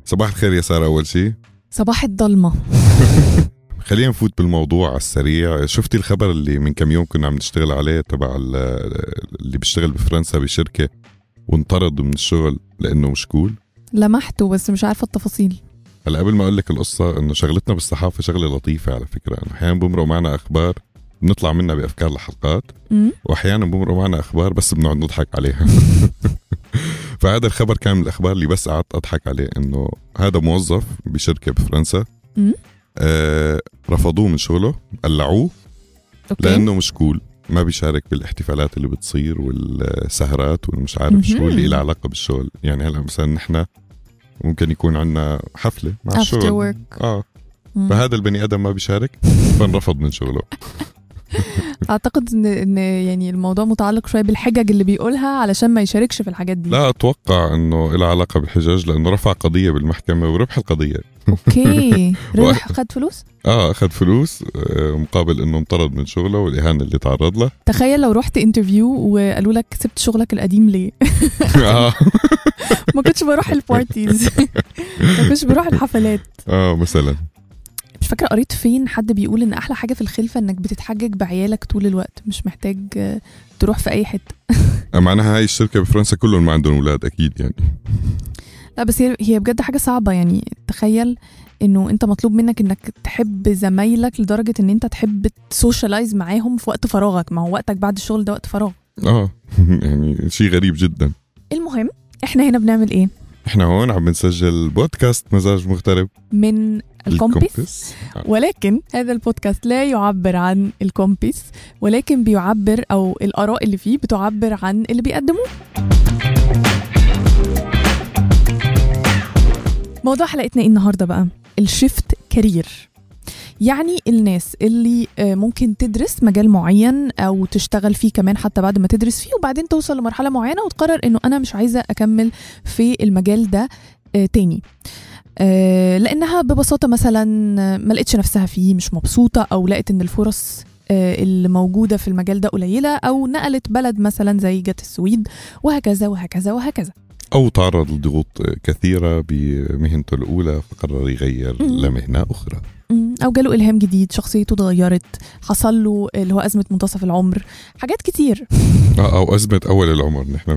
صباح الخير يا سارة. أول شيء صباح الضلمة. خلينا نفوت بالموضوع على السريع. شفتي الخبر اللي من كم يوم كنا عم نشتغل عليه تبع اللي بيشتغل بفرنسا بشركة وانطرد من الشغل لأنه مشغول؟ لمحته بس مش عارفة التفاصيل. هلا قبل ما أقول لك القصة، إنه شغلتنا بالصحافة شغلة لطيفة على فكرة. إنه أحيانا بمرق معنا أخبار بنطلع منها بأفكار لحلقات، وأحيانا بمرق معنا أخبار بس بنقعد نضحك عليها. فهذا الخبر كان من الأخبار اللي بس قعدت أضحك عليه. إنه هذا موظف بشركة بفرنسا رفضوه من شغله، قلعوه لأنه مشغول، ما بيشارك بالاحتفالات اللي بتصير والسهرات والمش عارف شو اللي له علاقة بالشغل. يعني هلا مثلا نحن ممكن يكون عنا حفلة مع الشغل فهذا البني آدم ما بيشارك فانرفض من شغله. أعتقد إن يعني الموضوع متعلق شوية بالحجج اللي بيقولها علشان ما يشاركش في الحاجات دي. لا أتوقع إنه له علاقة بالحجج، لأنه رفع قضية بالمحكمة وربح القضية. أوكي. ربح أخذ فلوس؟ أخذ فلوس مقابل إنه انطرد من شغله والإهانة اللي تعرض له. تخيل لو رحت انترفيو وقالوا لك سبت شغلك القديم ليه؟ ما كنتش بروح البارتيز، ما كنتش بروح الحفلات مثلا. مش فاكرة قريت فين حد بيقول إن أحلى حاجة في الخلفة إنك بتتحجج بعيالك طول الوقت، مش محتاج تروح في أي حتة. معناها هاي الشركة بفرنسا كلهم ما عندهم أولاد أكيد يعني. لا بس هي بجد حاجة صعبة. يعني تخيل إنه أنت مطلوب منك إنك تحب زمايلك لدرجة إن أنت تحب تسوشيالايز معاهم في وقت فراغك. ما هو وقتك بعد الشغل ده وقت فراغ. يعني شيء غريب جدا. المهم إحنا هنا بنعمل إيه؟ إحنا هون عم بنسجل بودكاست مزاج مغترب من الكومبيس. ولكن هذا البودكاست لا يعبر عن الكومبيس، ولكن بيعبر، أو الآراء اللي فيه بتعبر عن اللي بيقدموه. موضوع حلقتنا النهاردة بقى الشيفت كارير. يعني الناس اللي ممكن تدرس مجال معين أو تشتغل فيه كمان حتى بعد ما تدرس فيه، وبعدين توصل لمرحلة معينة وتقرر إنه أنا مش عايزة أكمل في المجال ده تاني، لأنها ببساطة مثلا ما لقيتش نفسها فيه، مش مبسوطة، أو لقيت إن الفرص اللي موجودة في المجال ده قليلة، أو نقلت بلد مثلا زي جت السويد، وهكذا وهكذا وهكذا. أو تعرض لضغوط كثيرة بمهنته الأولى فقرر يغير لمهنة أخرى، أو جاله إلهام جديد، شخصيته اتغيرت، حصل له اللي هو أزمة منتصف العمر، حاجات كتير. أو أزمة أول العمر نحن.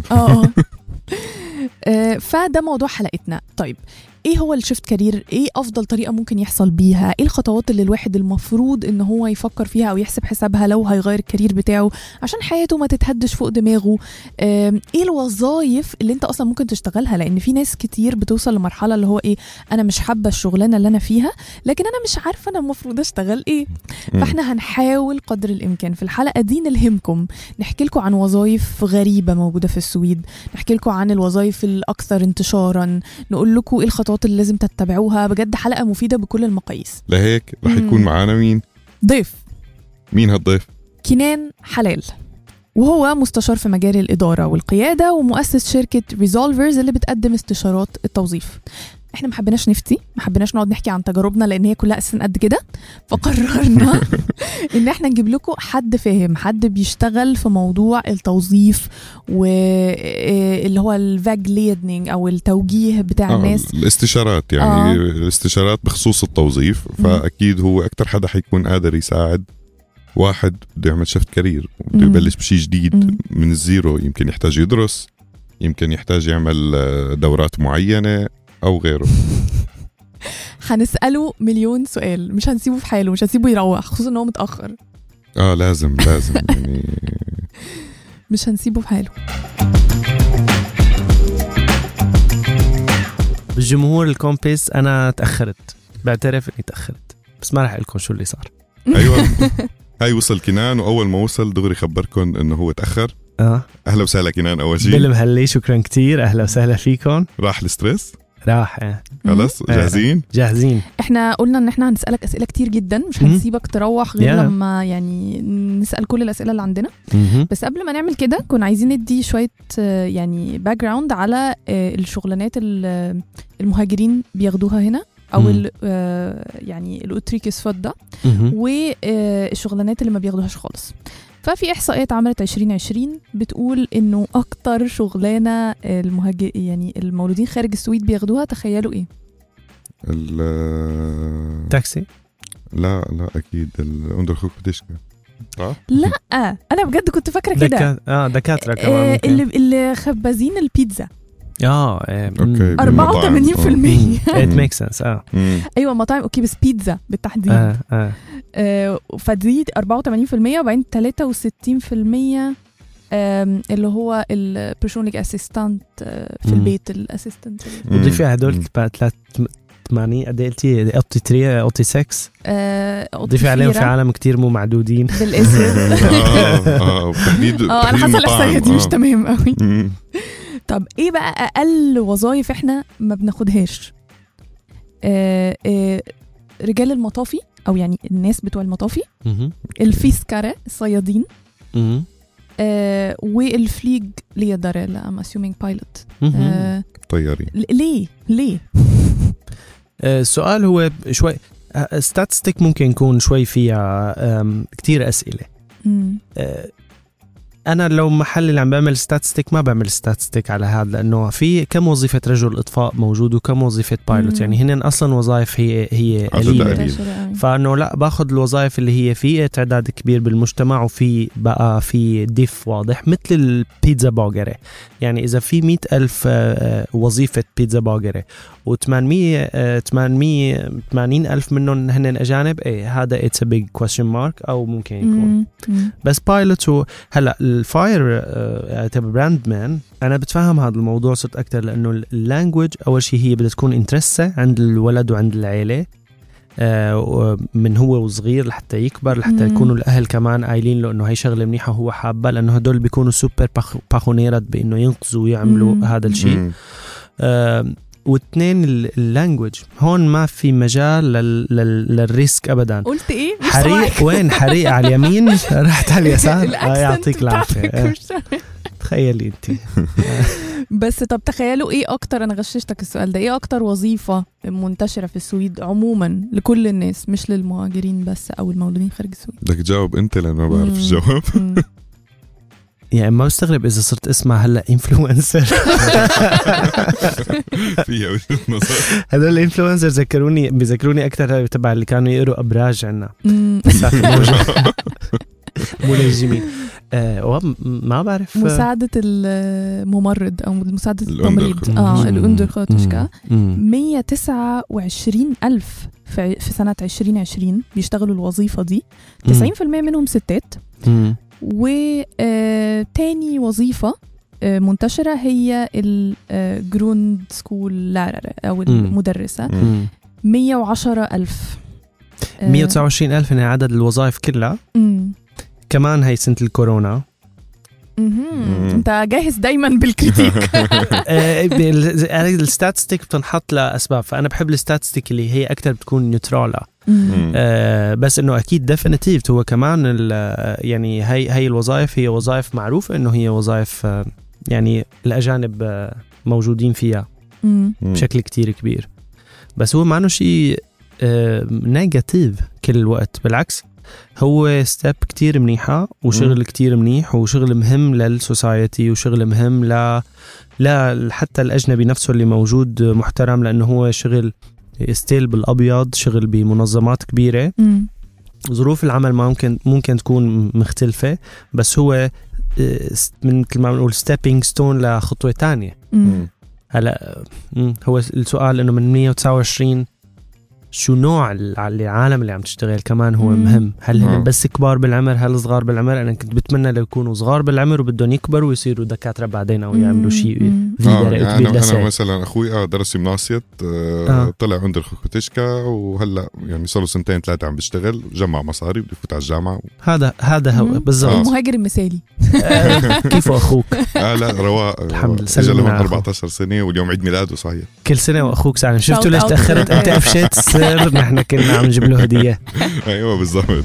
فده موضوع حلقتنا. طيب ايه هو الشيفت كارير؟ ايه افضل طريقة ممكن يحصل بيها؟ ايه الخطوات اللي الواحد المفروض ان هو يفكر فيها او يحسب حسابها لو هيغير الكارير بتاعه عشان حياته ما تتهدش فوق دماغه؟ ايه الوظائف اللي انت اصلا ممكن تشتغلها؟ لان في ناس كتير بتوصل لمرحلة اللي هو ايه، انا مش حابة الشغلانة اللي انا فيها، لكن انا مش عارفة انا المفروض اشتغل ايه. فاحنا هنحاول قدر الامكان في الحلقة دي نلهمكم، نحكي لكم عن وظائف غريبة موجودة في السويد، نحكي لكم عن الوظائف الاكثر انتشارا، نقول لكم ايه الخطوات اللي لازم تتبعوها. بجد حلقة مفيدة بكل المقاييس. لهيك رح يكون معانا مين؟ ضيف. مين هالضيف؟ كنان حلال، وهو مستشار في مجال الإدارة والقيادة ومؤسس شركة ريزولفرز اللي بتقدم استشارات التوظيف. احنا ما حبيناش نفتي، ما حبيناش نقعد نحكي عن تجاربنا لان هي كلها اساسا قد كده، فقررنا ان احنا نجيب لكم حد فاهم، حد بيشتغل في موضوع التوظيف واللي هو الفاج ليدنينج او التوجيه بتاع الناس، الاستشارات يعني الاستشارات بخصوص التوظيف. فاكيد هو اكتر حدا حيكون قادر يساعد واحد بده يعمل شيفت كارير وبده يبلش بشيء جديد من الزيرو. يمكن يحتاج يدرس، يمكن يحتاج يعمل دورات معينة أو غيره. هنسأله مليون سؤال، مش هنسيبه في حاله، مش هنسيبه يروح، خصوصا إنه متأخر. لازم يعني مش هنسيبه في حاله. بالجمهور الكومبيس أنا تأخرت، بعترف إني تأخرت، بس ما رح أقولكم شو اللي صار. أيوة. هاي وصل كنان، وأول ما وصل دغري خبركن إنه هو تأخر. أهلا وسهلا كنان. لا. أول شيء بالمهلي، شكرا كتير، أهلا وسهلا فيكم. راح الستريس؟ راح. خلاص جاهزين. احنا قلنا ان احنا هنسألك أسئلة كتير جدا، مش هنسيبك تروح غير لما يعني نسأل كل الأسئلة اللي عندنا. بس قبل ما نعمل كده كنا عايزين ندي شوية يعني باك جراوند على الشغلانات المهاجرين بياخدوها هنا، او يعني الأوتريكس فضة، والشغلانات اللي ما بياخدوهاش خالص. ففي إحصائيات عملت 2020 بتقول إنه أكتر شغلانة يعني المولودين خارج السويد بياخدوها، تخيلوا إيه؟ تاكسي؟ لا اكيد الاندرخوكتشكا. لا انا بجد كنت فاكره كده. دكاتره كمان اللي خبازين البيتزا. اوكي 84%. it makes sense. ايوه مطاعم اوكي بس بيتزا بالتحديد. فدي 84% وبعدين 63% اللي هو البيرسونال اسيستانت في البيت الاسيستنت. وضيفي هدول 80 قد قلتي اوتي 3 اوتي 6 ضيفي عليهم في عالم كتير مو معدودين بالاسم. وتحديد انا حاسه الاحصائيه دي مش تمام قوي. طب ايه بقى اقل وظائف احنا ما بناخدهاش؟ رجال المطافي او يعني الناس بتوع المطافي، الفيسكارة الصيادين، والفليج ليداريلا ام اسيومينج بايلوت طيارين. ليه السؤال هو شوي ستاتستيك ممكن يكون شوي فيها كتير أسئلة. أنا لو محل اللي عم بعمل ستاتستيك ما بعمل ستاتستيك على هذا، لأنه في كم وظيفة رجل إطفاء موجود وكم وظيفة بايلوت، يعني هن أصلا وظائف هي قليلة، فأنه لا باخد الوظائف اللي هي في تعداد كبير بالمجتمع وفي بقى في ديف واضح مثل البيتزا باغرة. يعني إذا في 100,000 وظيفة بيتزا باغرة و880,000 منهم هن أجانب، هذا it's a big question mark أو ممكن يكون. بس بايلوت هلأ الفاير تبع براند مان أنا بتفهم هذا الموضوع صرت أكتر، لأنه اللانجوج أول شيء هي بدها تكون انترسة عند الولد وعند العيلة من هو وصغير لحتى يكبر، لحتى يكونوا الأهل كمان قايلين له إنه هي شغلة منيحة وهو حابة، لأنه هدول بيكونوا سوبر باخونيرات بإنه ينقذوا ويعملوا هذا الشيء. واثنين اللانجوج هون ما في مجال للريسك أبدا. قلت إيه؟ حريق وين حريق على اليمين رحت على اليسار. يعطيك العافية. تخيلي انت. بس طب تخيلوا ايه اكتر، انا غششتك السؤال ده، ايه اكتر وظيفة منتشرة في السويد عموما لكل الناس مش للمهاجرين بس او المولودين خارج السويد؟ بدك تجاوب انت لان ما بعرف الجواب. يعني ما بستغرب اذا صرت اسمع هلا انفلونسر. فيها وجهة نظر. هذول الانفلونسر بيذكروني اكثر تبع اللي كانوا يقروا ابراج عنا ملازمين. ما بعرف مساعدة الممرض أو مساعدة التمريض الأندرخوتشكا 129,000 في سنة 2020 بيشتغلوا الوظيفة دي. 90% منهم ستات. وتاني وظيفة منتشرة هي الجروند سكول لارر أو المدرسة. 110,000. 129,000 هنا عدد الوظائف كلها. كمان هاي سنة الكورونا. انت جاهز دايما بالكريتيك. الستاتستيك بتنحط لأسباب، فأنا بحب الستاتستيك اللي هي أكتر بتكون نيوترالة. بس إنه أكيد ديفينيتيف هو كمان يعني هاي الوظائف هي وظائف معروفة إنه هي وظائف يعني الأجانب موجودين فيها بشكل كتير كبير، بس هو معناه شيء نيجاتيف كل الوقت، بالعكس هو ستيب كتير منيحة وشغل كتير منيح وشغل مهم للسوسايتي وشغل مهم لا حتى الأجنبي نفسه اللي موجود محترم، لأنه هو شغل ستيل بالأبيض، شغل بمنظمات كبيرة. ظروف العمل ممكن تكون مختلفة، بس هو مثل ما بنقول stepping stone لخطوة تانية. هلا هو السؤال إنه من 129 شو نوع العالم اللي عم تشتغل كمان هو مهم. هل هن بس كبار بالعمر، هل صغار بالعمر؟ أنا كنت بتمنى لو يكونوا صغار بالعمر وبدهم يكبروا ويصيروا دكاترة بعدين أو يعملوا شيء. يعني أنا مثلا أخوي درس بناصية طلع عند الخوكوتشكا وهلأ يعني صار له 2-3 عم بيشتغل، جمع مصاري بده يفوت على الجامعة. هذا هو بالضبط المهاجر المثالي. كيف أخوك؟ لا رواق الحمد لله. سجل له 14 سنة واليوم عيد ميلاده صحيح. كل سنة وأخوك سعيد. شفتوا ليش تأخرت؟ أنت أفشيت نحن كنا عم نجيب له هدية. أيوة بالضبط.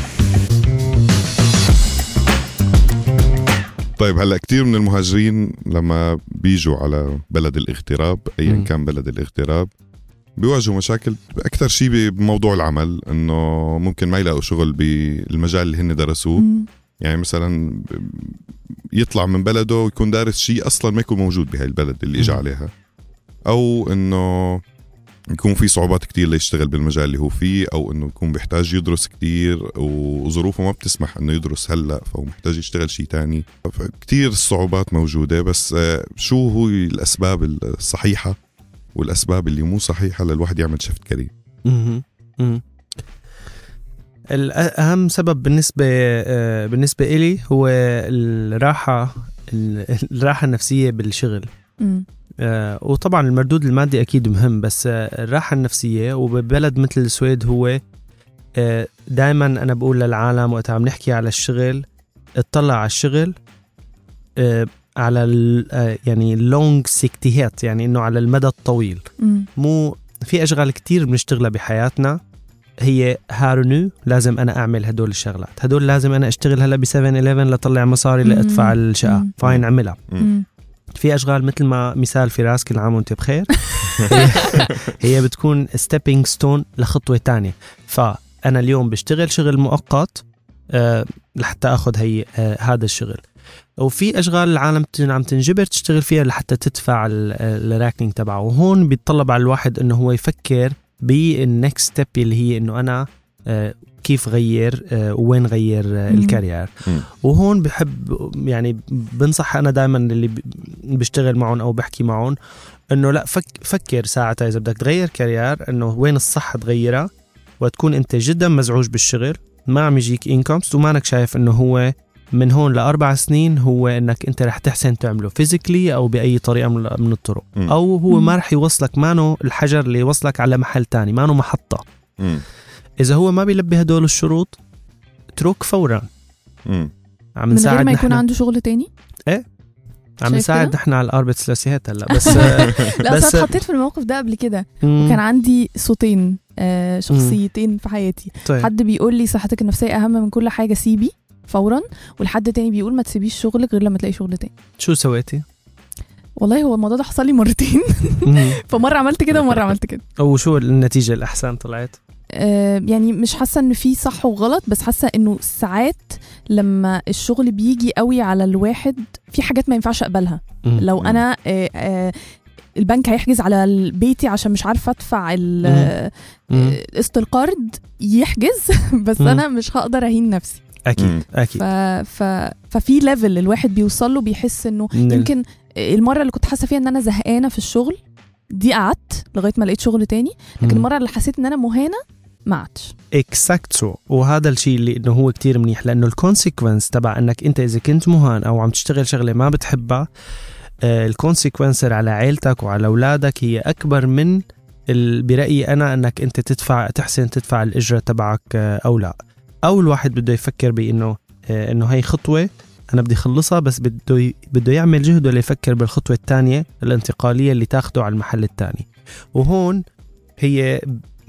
طيب هلأ كتير من المهاجرين لما بيجوا على بلد الاغتراب أيا كان بلد الاغتراب بيواجهوا مشاكل أكثر شيء بموضوع العمل، إنه ممكن ما يلاقوا شغل بالمجال اللي هن درسوه. يعني مثلا يطلع من بلده ويكون دارس شيء أصلا ما يكون موجود بهاي البلد اللي إجا عليها، أو إنه يكون في صعوبات كتير ليشتغل بالمجال اللي هو فيه، أو إنه يكون بيحتاج يدرس كتير وظروفه ما بتسمح إنه يدرس هلأ، فهو محتاج يشتغل شيء تاني. كتير الصعوبات موجودة. بس شو هو الأسباب الصحيحة والأسباب اللي مو صحيحة للواحد يعمل شيفت كارير؟ الأهم سبب بالنسبة إلي هو الراحة النفسية بالشغل. وطبعا المردود المادي أكيد مهم، بس الراحة النفسية. وببلد مثل السويد هو دائما أنا بقول للعالم وقت عم نحكي على الشغل، اطلع على الشغل على يعني لونج سيكتيهات، يعني إنه على المدى الطويل. مو في أشغال كتير بنشتغلها بحياتنا هي هارنو، لازم أنا أعمل هدول الشغلات، هدول لازم أنا أشتغل هلا ب7-11 لطلع مصاري لأدفع الشقة، فاين أعملها. في أشغال مثل ما مثال في راسك، العام وانت بخير، هي بتكون stepping stone لخطوة تانية. فأنا اليوم بشتغل شغل مؤقت لحتى أخذ هذا الشغل. وفي أشغال العالم عم تنجبر تشتغل فيها لحتى تدفع الراكنينج تبعه. وهون بيتطلب على الواحد إنه هو يفكر بالنكست ستيب اللي هي إنه أنا كيف غير وين غير الكارير. وهون بحب يعني بنصح أنا دائما اللي بشتغل معهم أو بحكي معهم إنه لا، فكر ساعتها إذا بدك تغير كارير إنه وين الصح تغيرها، وتكون أنت جدا مزعوج بالشغل، ما عم يجيك إنكمز، ومانك شايف إنه هو من هون ل4 سنين هو إنك أنت رح تحسن تعمله فيزيكلي أو بأي طريقة من الطرق، أو هو ما رح يوصلك، مانو الحجر اللي يوصلك على محل تاني، مانو محطة. إذا هو ما بيلبي هدول الشروط اترك فورا. عم نساعد من غير ما يكون عنده شغل تاني. إيه عم نساعد نحن على الأربتسلاسيات هلا بس. لا بس اتحطيت في الموقف ده قبل كده، وكان عندي صوتين شخصيتين في حياتي. طيب. حد بيقول لي صحتك النفسية أهم من كل حاجة، سيبي فورا، والحد تاني بيقول ما تسيبيش شغلك غير لما تلاقي شغل تاني. شو سويتي؟ والله هو الموضوع ده حصل لي مرتين. فمرة عملت كده ومرة عملت كده. وشو النتيجة الأحسن طلعت؟ يعني مش حاسة انه في صح وغلط، بس حاسة انه ساعات لما الشغل بيجي قوي على الواحد في حاجات ما ينفعش اقبلها. لو انا البنك هيحجز على بيتي عشان مش عارفة ادفع قسط القرض، يحجز. بس انا مش هقدر اهين نفسي. اكيد اكيد. ففي ليفل الواحد بيوصل له بيحس انه يمكن المرة اللي كنت حاسة فيها ان انا زهقانة في الشغل دي قعدت لغاية ما لقيت شغل تاني، لكن المرة اللي حسيت ان انا مهانة ما عادش. اكزاكتو. وهذا الشيء اللي انه هو كتير منيح، لانه الكونسيكونس تبع انك انت اذا كنت مهان او عم تشتغل شغله ما بتحبها، الكونسيكونس على عائلتك وعلى اولادك هي اكبر من برأيي انا انك انت تحسن تدفع الاجره تبعك او لا. او الواحد بده يفكر بانه هي خطوه انا بدي خلصها، بس بده يعمل جهده ليفكر بالخطوه الثانيه الانتقاليه اللي تاخده على المحل الثاني. وهون هي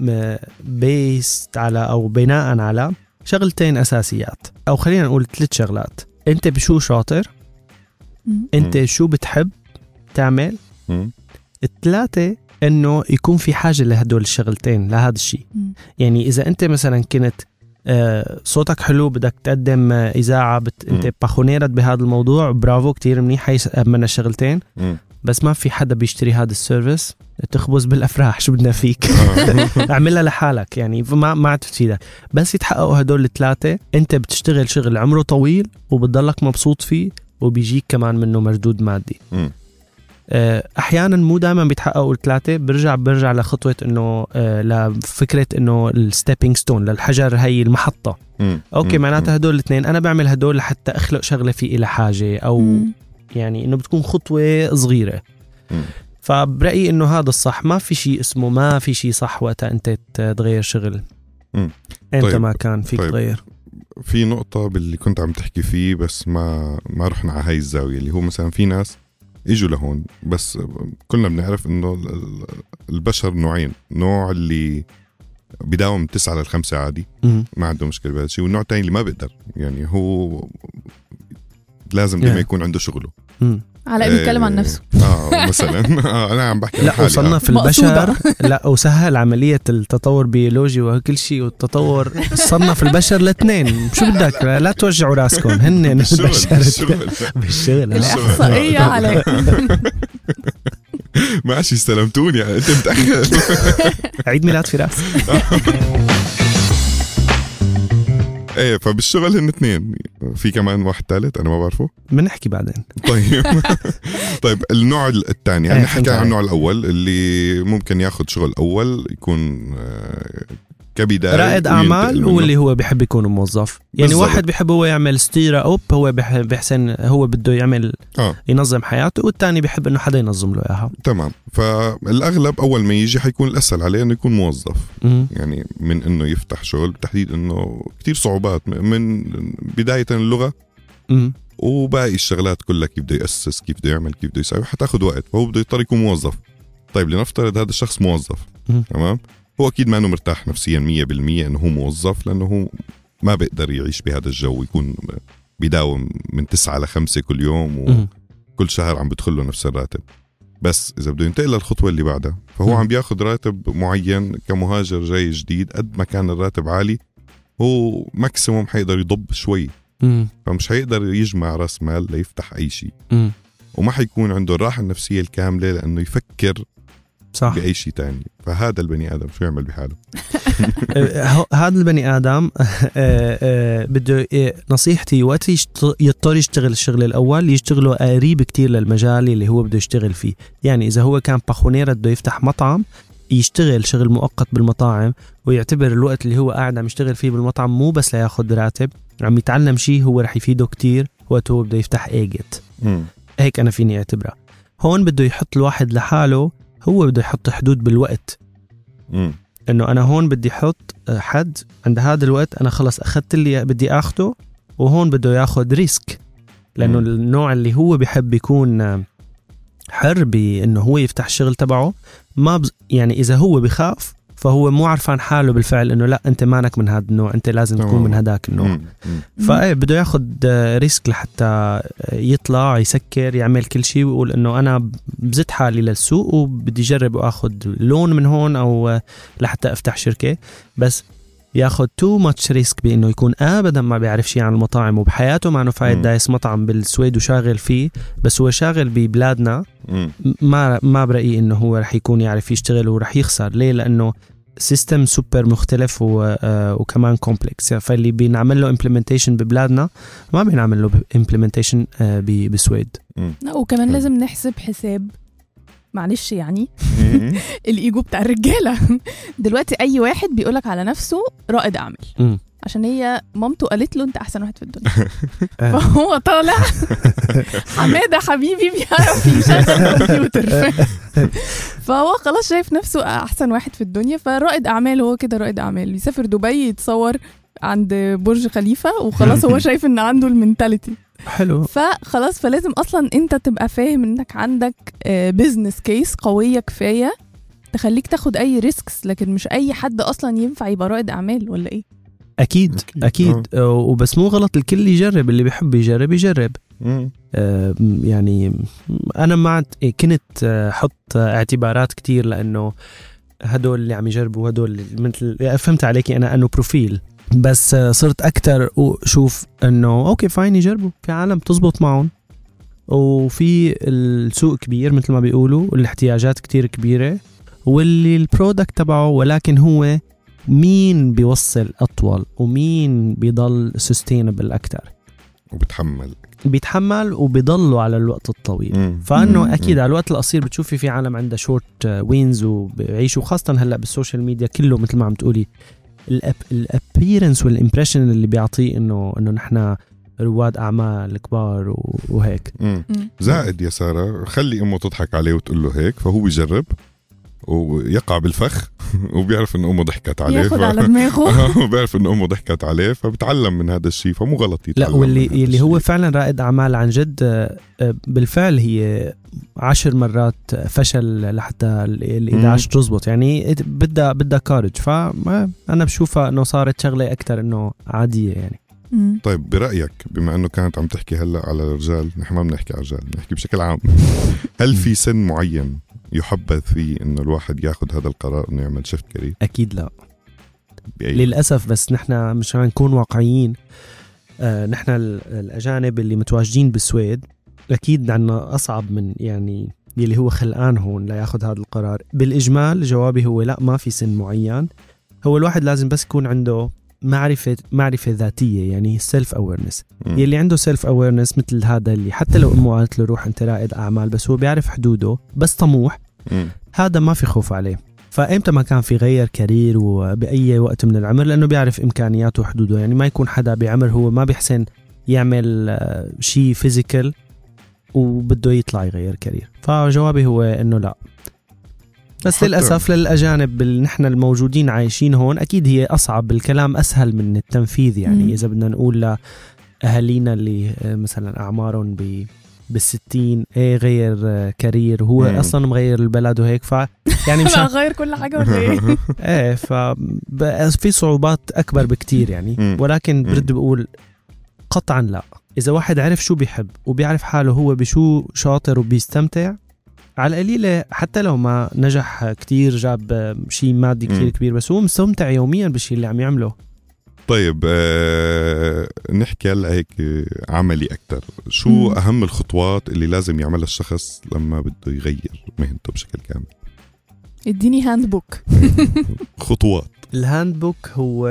بيست على أو بناء على شغلتين أساسيات، أو خلينا نقول 3 شغلات. أنت بشو شاطر، أنت شو بتحب تعمل، 3 إنه يكون في حاجة لهدول الشغلتين لهذا الشيء. يعني إذا أنت مثلا كنت صوتك حلو بدك تقدم إذاعة أنت باخونيرت بهذا الموضوع، برافو كتير منيح، من الشغلتين. بس ما في حدا بيشتري هذا السيرفيس، تخبز بالأفراح شو بدنا فيك. اعملها لحالك، يعني ما تفيدك. بس يتحققوا هدول 3 انت بتشتغل شغل عمره طويل وبتضلك مبسوط فيه وبيجيك كمان منه مردود مادي. احيانا مو دائما بيتحققوا 3. برجع لخطوة انه لفكرة انه الستيبينج ستون للحجر، هي المحطة. اوكي معناتها هدول 2 انا بعمل هدول لحتى اخلق شغلة في إلى حاجة، او يعني انه بتكون خطوة صغيرة. فبرأيي انه هذا الصح، ما في شيء اسمه ما في شيء صح وقتها انت تغير شغل. انت طيب. ما كان فيك تغير. في نقطة باللي كنت عم تحكي فيه بس ما رحنا على هاي الزاوية، اللي هو مثلا في ناس اجوا لهون، بس كلنا بنعرف انه البشر نوعين، نوع اللي بداوم 9 ل5 عادي ما عنده مشكلة بهذا الشيء، والنوع الثاني اللي ما بيقدر، يعني هو لازم دائما يكون عنده شغله. على بيتكلم عن نفسه مثلا. انا عم بحكي لا وصلنا في البشر. لا وسهل عملية التطور بيولوجي وكل شيء، والتطور صرنا في البشر 2. شو بدك لا توجعوا راسكم، هن البشر بالشغل الإحصائية عليك. ماشي استلمتوني انت متأخر. عيد ميلاد فراس. ايه فبالشغل هن 2. في كمان واحد ثالث انا ما بعرفه بنحكي بعدين. طيب. طيب النوع الثاني يعني نحكي عن النوع الاول اللي ممكن ياخذ شغل اول يكون كبداية رائد اعمال، واللي هو بيحب يكون موظف. يعني بالزبط. واحد بيحب هو يعمل ستيرا اوب، هو بيحسن هو بده يعمل ينظم حياته، والثاني بيحب انه حدا ينظم له اياها. تمام. فالاغلب اول ما يجي حيكون الاسهل عليه انه يكون موظف. يعني من انه يفتح شغل بالتحديد انه كتير صعوبات من بداية اللغة وباقي الشغلات كلها، كيف بده يأسس، كيف بده يعمل، كيف بده يسوي، حتاخد وقت. فهو بده يضطر يكون موظف. طيب لنفترض هذا الشخص موظف، تمام، هو أكيد ما أنه مرتاح نفسيا 100% أنه هو موظف، لأنه هو ما بيقدر يعيش بهذا الجو، يكون بيداوم من 9 ل 5 كل يوم وكل شهر عم بدخله نفس الراتب. بس إذا بده ينتقل للخطوة اللي بعدها فهو عم بياخد راتب معين كمهاجر جاي جديد. قد ما كان الراتب عالي هو ماكسيموم حيقدر يضب شوي، فمش هيقدر يجمع راس مال ليفتح أي شيء، وما حيكون عنده الراحة النفسية الكاملة لأنه يفكر صح بأي شيء تاني. فهذا البني آدم شو يعمل بحاله؟ هذا البني آدم بده نصيحتي وقت يضطر يشتغل الشغل الأول يشتغله قريب كتير للمجال اللي هو بده يشتغل فيه. يعني إذا هو كان باخونيرة بده يفتح مطعم، يشتغل شغل مؤقت بالمطاعم ويعتبر الوقت اللي هو قاعد عم يشتغل فيه بالمطعم مو بس لياخد راتب، عم يتعلم شيء هو رح يفيده كتير وقت هو بده يفتح ايجت. هيك أنا فيني اعتبرها. هون بده يحط الواحد لحاله، هو بده يحط حدود بالوقت. انه انا هون بدي احط حد عند هذا الوقت، انا خلص اخذت اللي بدي اخده، وهون بده ياخد ريسك، لانه النوع اللي هو بيحب يكون حر بانه هو يفتح الشغل تبعه. ما يعني اذا هو بخاف فهو مو عارفان حاله بالفعل انه لا انت مانك من هذا النوع، انت لازم تكون من هداك النوع. فايه بده ياخد ريسك لحتى يطلع يسكر يعمل كل شيء ويقول انه انا بزت حالي للسوق وبدي اجرب واخد لون من هون او لحتى افتح شركة. بس ياخد تو ماتش ريسك بانه يكون ابدا ما بيعرف شيء عن المطاعم، وبحياته ما انه فايد دايس مطعم بالسويد وشاغل فيه، بس هو شاغل ببلادنا. ما برأيي انه هو رح يكون يعرف يشتغل ورح يخسر. ليه؟ لانه سيستم سوبر مختلف وكمان كومبلكس. فاللي بينعمل له implementation ببلادنا ما بينعمل له implementation بسويد. وكمان لازم نحسب حساب، معلش يعني الإيجو بتاع الرجالة. دلوقتي أي واحد بيقولك على نفسه رائد أعمال عشان هي مامته قالت له أنت أحسن واحد في الدنيا. فهو طالع حمادة حبيبي بيعرف يشغل الكمبيوتر، فهو خلاص شايف نفسه أحسن واحد في الدنيا. فرائد أعمال هو كده رائد أعمال، بيسافر دبي يتصور عند برج خليفة وخلاص هو شايف إن عنده المنتاليتي حلو. فخلاص فلازم أصلا أنت تبقى فاهم إنك عندك بيزنس كيس قوية كفاية تخليك تاخد أي ريسكس. لكن مش أي حد أصلا ينفع يبقى رائد أعمال، ولا إيه؟ أكيد. وبس مو غلط الكل يجرب، اللي بيحب يجرب. يعني أنا ما كنت حط اعتبارات كتير، لأنه هدول اللي عم يجربوا هدول مثل فهمت عليكي أنا أنه بروفيل. بس صرت أكتر وشوف أنه أوكي فاين يجربوا، في عالم تزبط معهم، وفي السوق كبير مثل ما بيقولوا، والاحتياجات كتير كبيرة، واللي البرودكت تبعه، ولكن هو مين بيوصل أطول ومين بيضل سستينبل أكتر بيتحمل وبيضلوا على الوقت الطويل. فأنه أكيد على الوقت القصير بتشوفي في عالم عنده شورت وينز وبيعيشوا، خاصة هلأ بالسوشيال ميديا كله مثل ما عم تقولي الابيرنس والامبريشن اللي بيعطيه انه نحن رواد اعمال كبار وهيك. زائد يا سارة خلي امه تضحك عليه وتقول له هيك، فهو بيجرب ويقع بالفخ وبيعرف ان امه ضحكت عليه، ياخد على دماغه وبيعرف ان امه ضحكت عليه، فبتعلم من هذا الشيء. فمو غلط يتعلم. لا، واللي هو فعلا رائد اعمال عن جد بالفعل هي 10 مرات فشل لحتى ال11 تزبط. يعني بدها كارج. فانا بشوفها انه صارت شغله اكتر انه عاديه يعني. طيب برأيك، بما أنه كانت عم تحكي هلأ على الرجال، نحن ما بنحكي على الرجال، نحكي بشكل عام، هل في سن معين يحبذ فيه إنه الواحد ياخد هذا القرار إنه يعمل شيفت كارير؟ أكيد لا للأسف. بس نحن مش هنكون واقعيين. نحن الأجانب اللي متواجدين بالسويد أكيد عنا أصعب من يعني يلي هو خلقان هون لا ياخد هذا القرار؟ بالإجمال جوابي هو لا، ما في سن معين. هو الواحد لازم بس يكون عنده معرفة ذاتية، يعني self awareness. يلي عنده self awareness مثل هذا اللي حتى لو أمه قالت له روح أنت رائد أعمال، بس هو بيعرف حدوده بس طموح، هذا ما في خوف عليه. فإمتى ما كان في غير كارير وبأي وقت من العمر، لأنه بيعرف إمكانياته وحدوده. يعني ما يكون حدا بعمر هو ما بيحسن يعمل شيء فيزيكال وبده يطلع يغير كارير. فجوابي هو إنه لا. بس للأسف للأجانب نحن الموجودين عايشين هون أكيد هي أصعب، الكلام أسهل من التنفيذ. يعني إذا بدنا نقول لأهالينا اللي مثلا أعمارهم بالستين غير كارير، هو أصلا مغير البلد وهيك، يعني مش غير كل حاجة ولا ايه؟ في صعوبات أكبر بكتير يعني. ولكن برد بقول قطعا لا، إذا واحد عرف شو بيحب وبيعرف حاله هو بشو شاطر وبيستمتع، على القليلة حتى لو ما نجح كتير جاب شيء مادي كتير كبير، بس هو مستمتع يوميا بالشيء اللي عم يعمله. طيب نحكي هلا هيك عملي أكتر. شو أهم الخطوات اللي لازم يعملها الشخص لما بده يغير مهنته بشكل كامل؟ اديني هاند بوك. خطوات الهاند بوك هو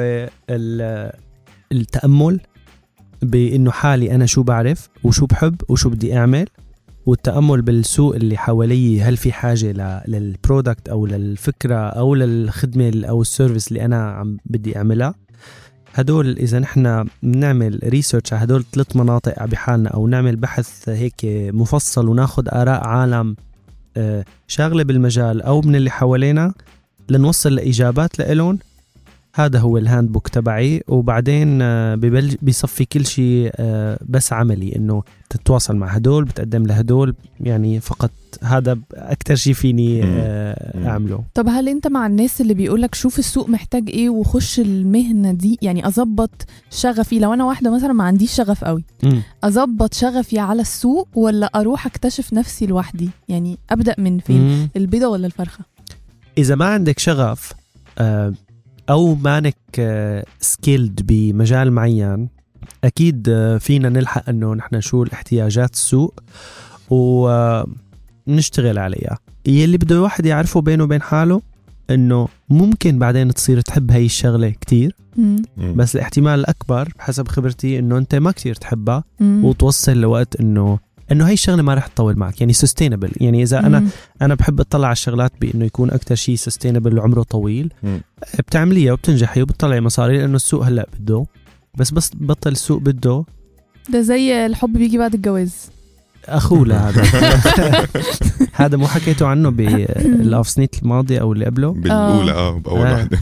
التأمل بأنه حالي أنا شو بعرف وشو بحب وشو بدي أعمل، والتأمل بالسوق اللي حوالي، هل في حاجة للبرودكت أو للفكرة أو للخدمة أو السيرفيس اللي أنا بدي أعملها. هدول إذا نحن بنعمل ريسيرش على هدول 3 مناطق بحالنا، أو نعمل بحث هيك مفصل وناخد آراء عالم شاغلة بالمجال أو من اللي حوالينا لنوصل لإجابات لإلون، هذا هو الهاند بوك تبعي. وبعدين بيصفي كل شيء بس عملي، إنه تتواصل مع هدول، بتقدم لهدول، يعني فقط هذا أكتر شيء فيني أعمله. طب هل أنت مع الناس اللي بيقولك شوف السوق محتاج إيه وخش المهنة دي؟ يعني أضبط شغفي لو أنا واحدة مثلا ما عنديش شغف قوي، أضبط شغفي على السوق ولا أروح أكتشف نفسي لوحدي؟ يعني أبدأ من فين؟ البيضة ولا الفرخة؟ إذا ما عندك شغف أو مانك سكيلد بمجال معين، أكيد فينا نلحق أنه نحن شو الاحتياجات السوق ونشتغل عليها. يلي بده الواحد يعرفه بينه وبين حاله أنه ممكن بعدين تصير تحب هاي الشغلة كتير، بس الاحتمال الأكبر بحسب خبرتي أنه أنت ما كتير تحبها وتوصل لوقت أنه هاي الشغلة ما رح تطول معك. يعني sustainable، يعني إذا أنا بحب أطلع على الشغلات بأنه يكون أكتر شيء sustainable وعمره طويل، بتعمليها وبتنجحي وبتطلعي مصاري، لأنه السوق هلأ بده، بس بطل السوق بده. ده زي الحب بيجي بعد الجواز أخوله هذا. هذا مو حكيته عنه بالأفسنيت الماضية أو اللي قبله بالأولى بأول واحدة.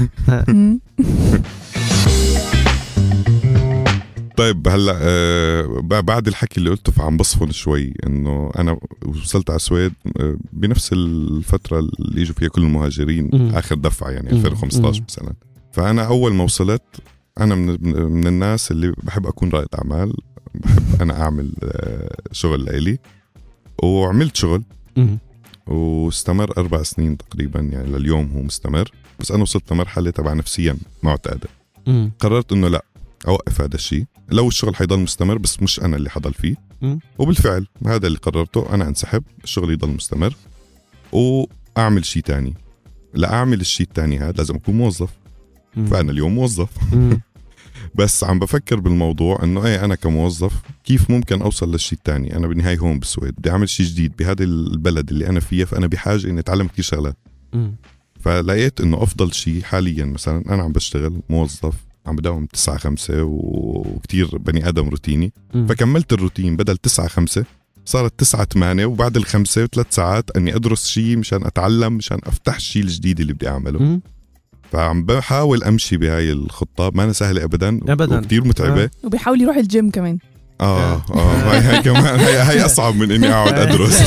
طيب هلا بعد الحكي اللي قلته فعم بصفن شوي، انه انا وصلت على السويد بنفس الفتره اللي اجوا فيها كل المهاجرين، اخر دفعه يعني 2015 مثلا. فانا اول ما وصلت انا من الناس اللي بحب اكون رائد اعمال، بحب انا اعمل شغل لإلي، وعملت شغل واستمر 4 سنين تقريبا، يعني لليوم هو مستمر. بس انا وصلت لمرحله تبع نفسيا معتاده، قررت انه لا أوقف هذا الشيء. لو الشغل حيضل مستمر بس مش أنا اللي حضل فيه، وبالفعل هذا اللي قررته، أنا أنسحب، الشغل يضل مستمر وأعمل شيء تاني. لا أعمل الشيء التاني هذا لازم أكون موظف، فأنا اليوم موظف. بس عم بفكر بالموضوع إنه أي أنا كموظف كيف ممكن أوصل للشيء التاني. أنا بالنهاية هون بالسويد بدي أعمل شيء جديد بهذا البلد اللي أنا فيه، فأنا بحاجة إني أتعلم كثير شغلات. فلقيت إنه أفضل شيء حاليا مثلا أنا عم بشتغل موظف، عم بداوم 9-5 وكتير بني آدم روتيني، فكملت الروتين، بدل 9-5 صارت 9-8، وبعد 5 و3 ساعات أني أدرس شيء مشان أتعلم، مشان أفتح الشيء الجديد اللي بدي أعمله. فعم بحاول أمشي بهاي الخطة، ما أنا سهلة أبدا وكتير متعبة. وبيحاول يروح الجيم كمان. هاي كمان هاي أصعب من إني أقعد أدرس.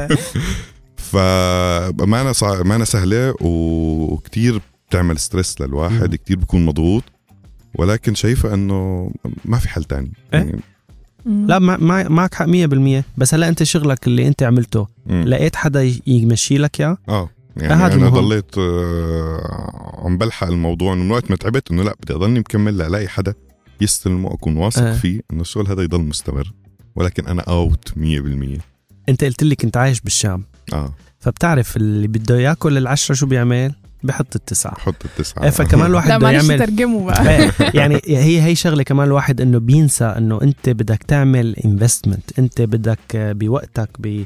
فما أنا سهلة وكتير بتعمل ستريس للواحد، كتير بيكون مضغوط، ولكن شايفة أنه ما في حل تاني. يعني لا معك حق 100%. بس هلا أنت شغلك اللي أنت عملته لقيت حدا يمشي لك يا يعني أنا ضليت عم بلحق الموضوع، إنه من وقت ما تعبت إنه لا بدي أضلني مكمل، لا ألاقي حدا يستلم وأكون واثق فيه إنه الشغل هذا يضل مستمر، ولكن أنا أوت 100%. أنت قلت لي كنت عايش بالشام، فبتعرف اللي بده ياكل 10 شو بيعمل؟ بحط 9. حط 9. فكمان الواحد بده يعمل ترجمه بقى. يعني هي شغله كمان الواحد انه بينسى انه انت بدك تعمل انفستمنت، انت بدك بوقتك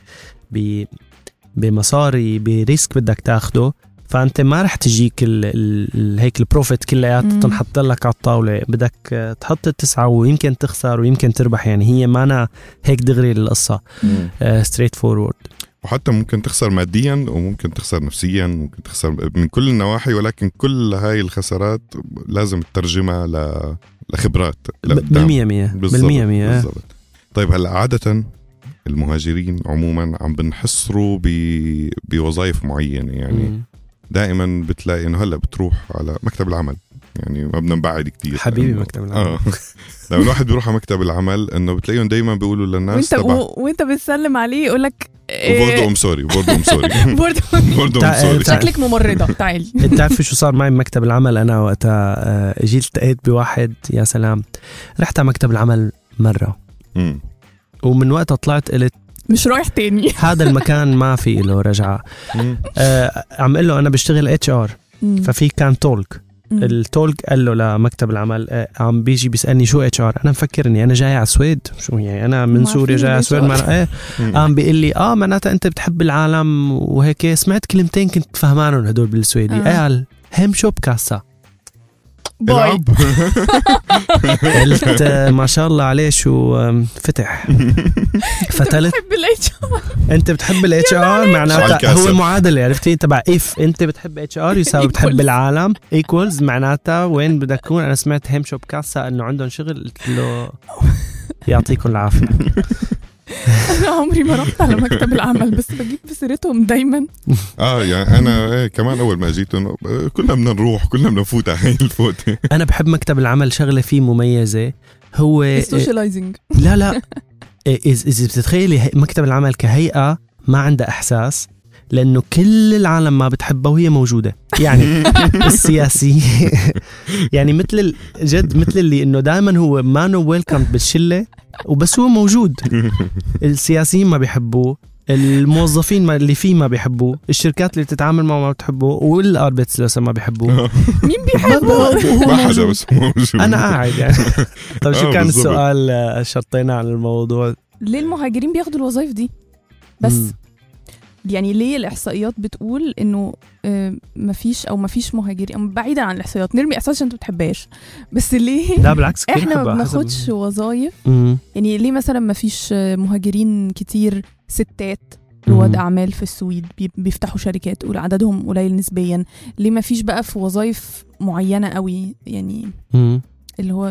بمصاري بريسك بدك تاخده، فانت ما رح تجيك هيك البروفيت كلياته تنحط لك على الطاوله، بدك تحط 9 ويمكن تخسر ويمكن تربح. يعني هي مانا هيك دغري القصه ستريت فورورد. وحتى ممكن تخسر ماديا وممكن تخسر نفسيا، ممكن تخسر من كل النواحي، ولكن كل هاي الخسارات لازم تترجمها لخبرات بالمية. بالضبط. طيب هلا عادة المهاجرين عموما عم بنحصروا بوظائف معينة، يعني دائما بتلاقي انه هلا بتروح على مكتب العمل، يعني ما بدنا نبعد كتير حبيبي مكتب العمل. لما الواحد بيروح على مكتب العمل انه بتلاقيهم دايما بيقولوا للناس وانت بتسلم عليه يقولك بوردو ام سوري شكلك ممرضة تعالي. انت تعرف شو صار معي بمكتب العمل؟ انا وقتها اجيت التقيت بواحد، يا سلام، رحت على مكتب العمل مرة ومن وقتها طلعت قلت مش رايح تاني. هذا المكان ما في له رجعة. عم قل له أنا بشتغل HR، ففي كان تولك. التولك قال له لمكتب العمل عم بيجي بيسألني شو HR، أنا مفكر إني أنا جاي على السويد، شو يعني أنا من سوريا جاي على السويد. عم بيقول لي معناتها أنت بتحب العالم وهيك. سمعت كلمتين كنت فهمانهم هدول بالسويدي. قال هم شوب كاسا باي. قلت ما شاء الله عليه شو فتح. فتلت انت بتحب الاتش ار، معناتها هو معادله، عرفتي تبع اف انت بتحب اتش ار يساوي بتحب العالم ايكوالز، معناتها وين بدك تكون. انا سمعت هم شوب كاسا انه عندهم شغل، قلت له يعطيكم العافيه. أنا عمري ما رحت على مكتب العمل، بس بجيب بسيرتهم دايما. يعني أنا كمان أول ما جيت كلنا بدنا نروح، كلنا بدنا نفوت على هاي الفوتة. أنا بحب مكتب العمل، شغلة فيه مميزة هو السوشيالايزنج. لا إذا بتتخيلي مكتب العمل كهيئة ما عندها إحساس، لأنه كل العالم ما بتحبها وهي موجودة. يعني السياسي يعني مثل جد مثل اللي إنه دائما هو ما نو ويلكم بالشلة، وبس هو موجود. السياسيين ما بيحبوه، الموظفين اللي فيه ما بيحبوه، الشركات اللي بتتعامل معه ما بتحبوه، والاربيتس ما بيحبوه. مين بيحبه؟ ما حدا، بس موجود. أنا قاعد يعني. طب شو كان السؤال شرطينا عن الموضوع؟ ليه المهاجرين بياخدوا الوظائف دي بس؟ يعني ليه الإحصائيات بتقول إنه مفيش مهاجرين؟ بعيدا عن الإحصائيات، نرمي إحصائيات عشان أنت بتحبهاش، بس ليه لا بالعكس إحنا ما بناخدش وظائف؟ يعني ليه مثلا مفيش مهاجرين كتير ستات رواد أعمال في السويد بيفتحوا شركات وعددهم قليل نسبيا؟ ليه مفيش بقى في وظائف معينة قوي؟ يعني اللي هو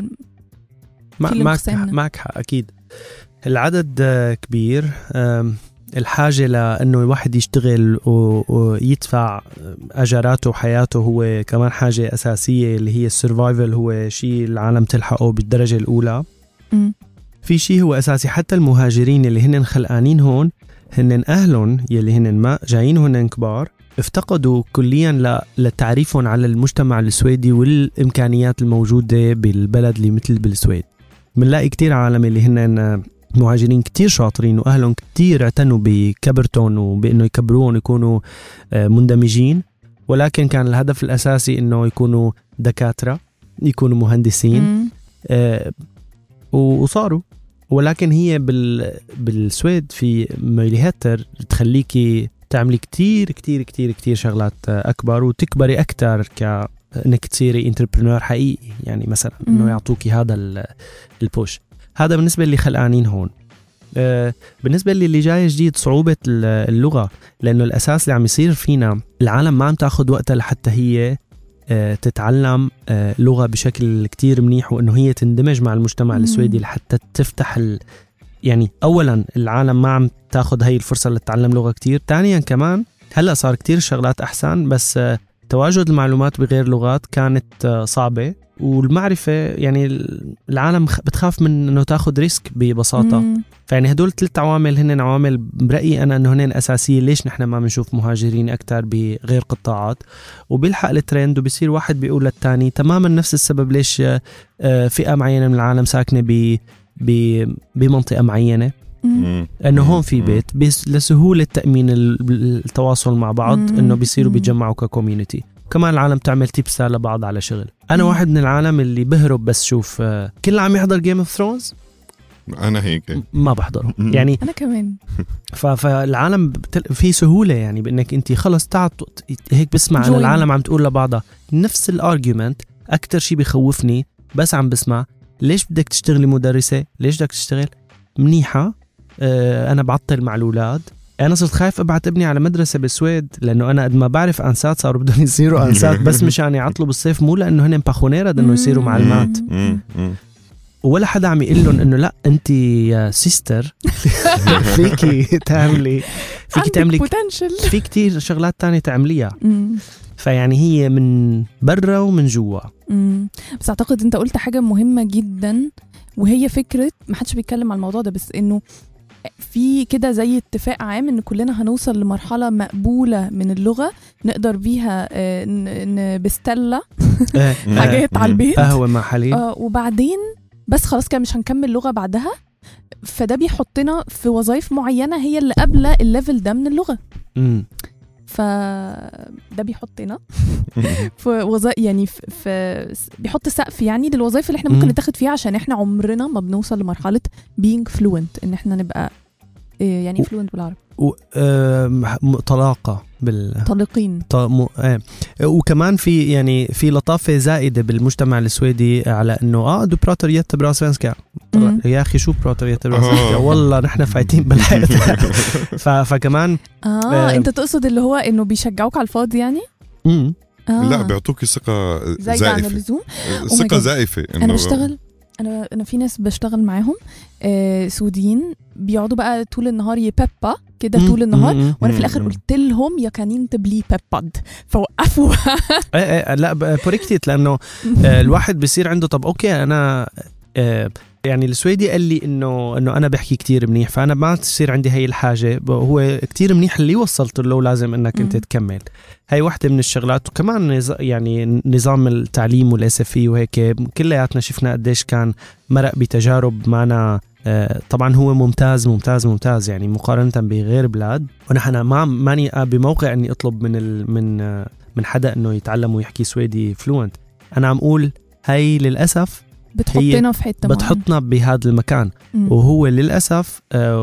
معك حق أكيد. العدد كبير، الحاجة لأنه الواحد يشتغل ويدفع أجراته وحياته هو كمان حاجة أساسية، اللي هي السيرفايفل، هو شيء العالم تلحقه بالدرجة الأولى. في شيء هو أساسي، حتى المهاجرين اللي هن خلقانين هن أهلهم يلي هن ما جايين هن كبار، افتقدوا كليا لتعريفهم على المجتمع السويدي والإمكانيات الموجودة بالبلد اللي مثل بالسويد. منلاقي كتير عالم اللي هن مهاجرين كتير شاطرين وأهلهم كتير اعتنوا بكبرتهم وبأنه يكبروهم يكونوا مندمجين، ولكن كان الهدف الأساسي أنه يكونوا دكاترة، يكونوا مهندسين، وصاروا. ولكن هي بالسويد في ميليهات تخليكي تعملي كتير كتير كتير كتير شغلات أكبر وتكبري أكتر كأنك تصيري انتربرنور حقيقي. يعني مثلا أنه يعطوكي هذا البوش. هذا بالنسبة اللي خلقانين هون. بالنسبة اللي جاي جديد، صعوبة اللغة، لأنه الأساس اللي عم يصير فينا العالم ما عم تأخذ وقتها لحتى هي تتعلم لغة بشكل كتير منيح، وأنه هي تندمج مع المجتمع السويدي لحتى تفتح يعني أولا العالم ما عم تأخذ هاي الفرصة لتتعلم لغة كتير. ثانيا كمان هلأ صار كتير شغلات أحسن، بس تواجد المعلومات بغير لغات كانت صعبة، والمعرفة يعني العالم بتخاف من أنه تأخذ ريسك ببساطة. فيعني هدول 3 عوامل هن عوامل برأيي أنا أنه هن أساسية ليش نحن ما بنشوف مهاجرين أكتر بغير قطاعات. وبيلحق الترند وبيصير واحد بيقول للتاني تماما نفس السبب ليش فئة معينة من العالم ساكنة بمنطقة معينة، انه هون في بيت بس لسهوله تامين التواصل مع بعض، انه بيصيروا بيتجمعوا ككوميونتي. كمان العالم تعمل تيبس لبعض على شغل. انا واحد من العالم اللي بهرب بس شوف كل عم يحضر جيم اوف ثرونز، انا هيك ما بحضره يعني انا كمان. فالعالم في سهوله يعني بانك انت خلص هيك بسمع ان العالم عم تقول لبعضها نفس الارجيومنت. اكتر شيء بيخوفني بس عم بسمع ليش بدك تشتغلي مدرسه، ليش بدك تشتغل منيحه، انا بعطل مع الاولاد. انا صرت خايف ابعت ابني على مدرسه بالسويد لانه انا قد ما بعرف انسات صاروا بدهم يصيروا انسات بس مشان يعطلوا بالصيف، مو لانه هن باخونيرد انه يصيروا معلمات. ولا حدا عم يقول لهم انه لا انت يا سيستر فيكي تعملي في كتير شغلات تانية تعمليها. فيعني هي من برا ومن جوا. بس اعتقد انت قلت حاجه مهمه جدا، وهي فكره ما حدش بيتكلم على الموضوع ده، بس انه في كده زي اتفاق عام ان كلنا هنوصل لمرحله مقبوله من اللغه نقدر بيها بستله حاجات على البيت، قهوه مع حليب، وبعدين بس خلاص كده مش هنكمل لغه بعدها. فده بيحطنا في وظائف معينه هي اللي قبل الليفل ده من اللغه. فده بيحطنا في وظائف يعني في بيحط سقف يعني للوظائف اللي احنا ممكن نتاخد فيها، عشان احنا عمرنا ما بنوصل لمرحله being fluent، ان احنا نبقى يعني fluent بالعربي. طلاقة طالقين. وكمان في يعني في لطافة زائدة بالمجتمع السويدي على انه دو براتر يتبرا سوينسكا. يا اخي شو براتر يتبرا سوينسكا، والله نحن فايتين بالحياة. فكمان انت تقصد اللي هو انه بيشجعوك على الفاضي يعني؟ لا بيعطوك ثقة زائفة، ثقة زائفة. انا بشتغل انا في ناس بشتغل معاهم سوديين بيقعدوا بقى طول النهار يبيبا كده طول النهار، وانا في الاخر قلت لهم يا كانين تبلي بيباد فوقفوا. لا بوريكتيت، لانه الواحد بيصير عنده طب اوكي انا يعني السويدي قال لي انه انا بحكي كتير منيح، فانا ما تصير عندي هاي الحاجه. هو كتير منيح اللي وصلت له، لازم انك انت تكمل. هاي واحدة من الشغلات. وكمان يعني نظام التعليم والاسفي وهيك كلياتنا شفنا قديش كان مرق بتجارب معنا. طبعا هو ممتاز ممتاز ممتاز يعني مقارنة بغير بلاد. ونحن ماني بموقع اني اطلب من حدا انه يتعلم ويحكي سويدي فلوينت. انا عم اقول هاي للأسف بتحطنا في حتة بتحطنا بهذا المكان. وهو للأسف